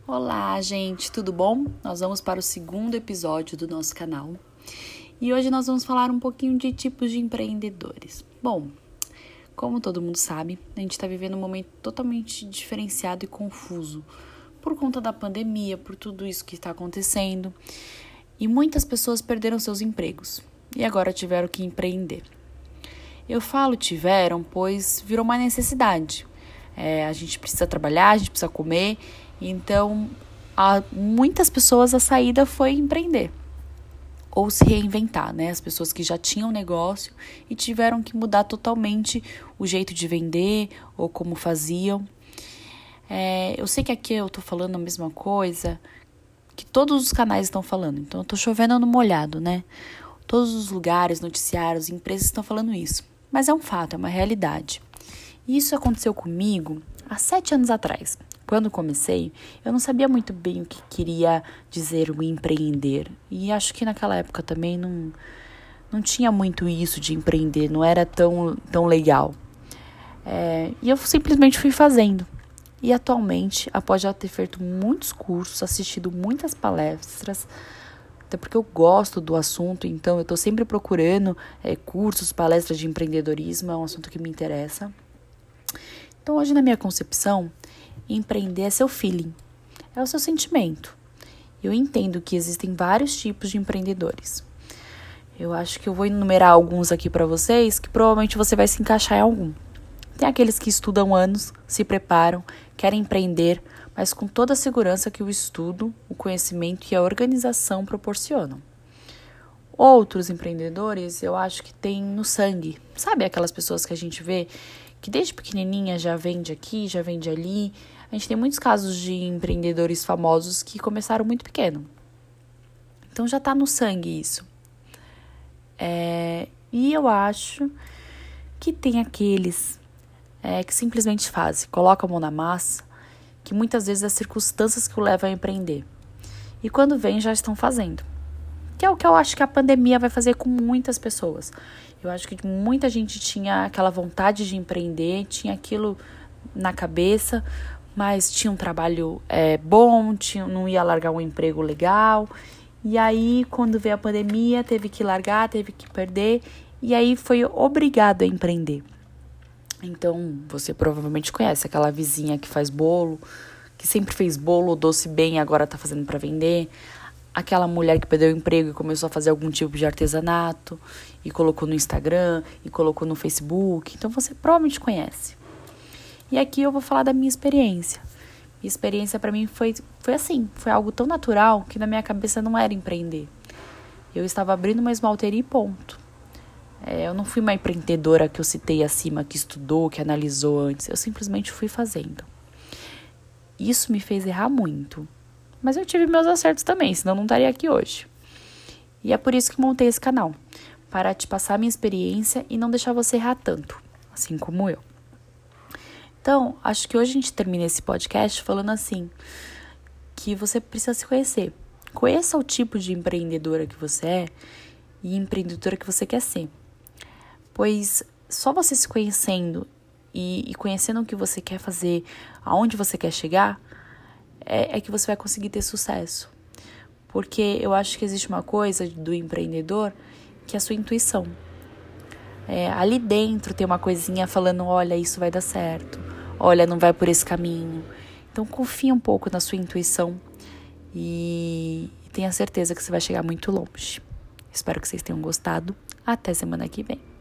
Olá, gente, tudo bom? Nós vamos para o segundo episódio do nosso canal e hoje nós vamos falar um pouquinho de tipos de empreendedores. Bom, como todo mundo sabe, a gente está vivendo um momento totalmente diferenciado e confuso por conta da pandemia, por tudo isso que está acontecendo e muitas pessoas perderam seus empregos e agora tiveram que empreender. Eu falo tiveram, pois virou uma necessidade. A gente precisa trabalhar, a gente precisa comer. Então, muitas pessoas a saída foi empreender ou se reinventar, né? As pessoas que já tinham negócio e tiveram que mudar totalmente o jeito de vender ou como faziam. Eu sei que aqui eu tô falando a mesma coisa que todos os canais estão falando, então eu tô chovendo no molhado, né? Todos os lugares, noticiários, empresas estão falando isso, mas é um fato, é uma realidade. E isso aconteceu comigo há 7 anos atrás. Quando comecei, eu não sabia muito bem o que queria dizer o empreender. E acho que naquela época também não tinha muito isso de empreender, não era tão legal. E eu simplesmente fui fazendo. E atualmente, após já ter feito muitos cursos, assistido muitas palestras, até porque eu gosto do assunto, então eu estou sempre procurando cursos, palestras de empreendedorismo, é um assunto que me interessa. Então hoje, na minha concepção, empreender é seu feeling, é o seu sentimento. Eu entendo que existem vários tipos de empreendedores. Eu acho que eu vou enumerar alguns aqui para vocês, que provavelmente você vai se encaixar em algum. Tem aqueles que estudam anos, se preparam, querem empreender, mas com toda a segurança que o estudo, o conhecimento e a organização proporcionam. Outros empreendedores, eu acho que tem no sangue. Sabe aquelas pessoas que a gente vê que desde pequenininha já vende aqui, já vende ali. A gente tem muitos casos de empreendedores famosos que começaram muito pequeno. Então já está no sangue isso. E eu acho que tem aqueles que simplesmente fazem, colocam a mão na massa, que muitas vezes as circunstâncias que o levam a empreender. E quando vem, já estão fazendo. Que é o que eu acho que a pandemia vai fazer com muitas pessoas. Eu acho que muita gente tinha aquela vontade de empreender, tinha aquilo na cabeça, mas tinha um trabalho bom, não ia largar um emprego legal. E aí, quando veio a pandemia, teve que largar, teve que perder, e aí foi obrigado a empreender. Então, você provavelmente conhece aquela vizinha que faz bolo, que sempre fez bolo, doce bem, agora está fazendo para vender. Aquela mulher que perdeu o emprego e começou a fazer algum tipo de artesanato e colocou no Instagram e colocou no Facebook. Então, você provavelmente conhece. E aqui eu vou falar da minha experiência. Minha experiência para mim foi assim, foi algo tão natural que na minha cabeça não era empreender. Eu estava abrindo uma esmalteria e ponto. Eu não fui uma empreendedora que eu citei acima, que estudou, que analisou antes. Eu simplesmente fui fazendo. Isso me fez errar muito. Mas eu tive meus acertos também, senão não estaria aqui hoje. E é por isso que montei esse canal. Para te passar a minha experiência e não deixar você errar tanto, assim como eu. Então, acho que hoje a gente termina esse podcast falando assim, que você precisa se conhecer. Conheça o tipo de empreendedora que você é e empreendedora que você quer ser. Pois só você se conhecendo e conhecendo o que você quer fazer, aonde você quer chegar, é que você vai conseguir ter sucesso. Porque eu acho que existe uma coisa do empreendedor que é a sua intuição. Ali dentro tem uma coisinha falando, olha, isso vai dar certo. Olha, não vai por esse caminho. Então confia um pouco na sua intuição e tenha certeza que você vai chegar muito longe. Espero que vocês tenham gostado. Até semana que vem.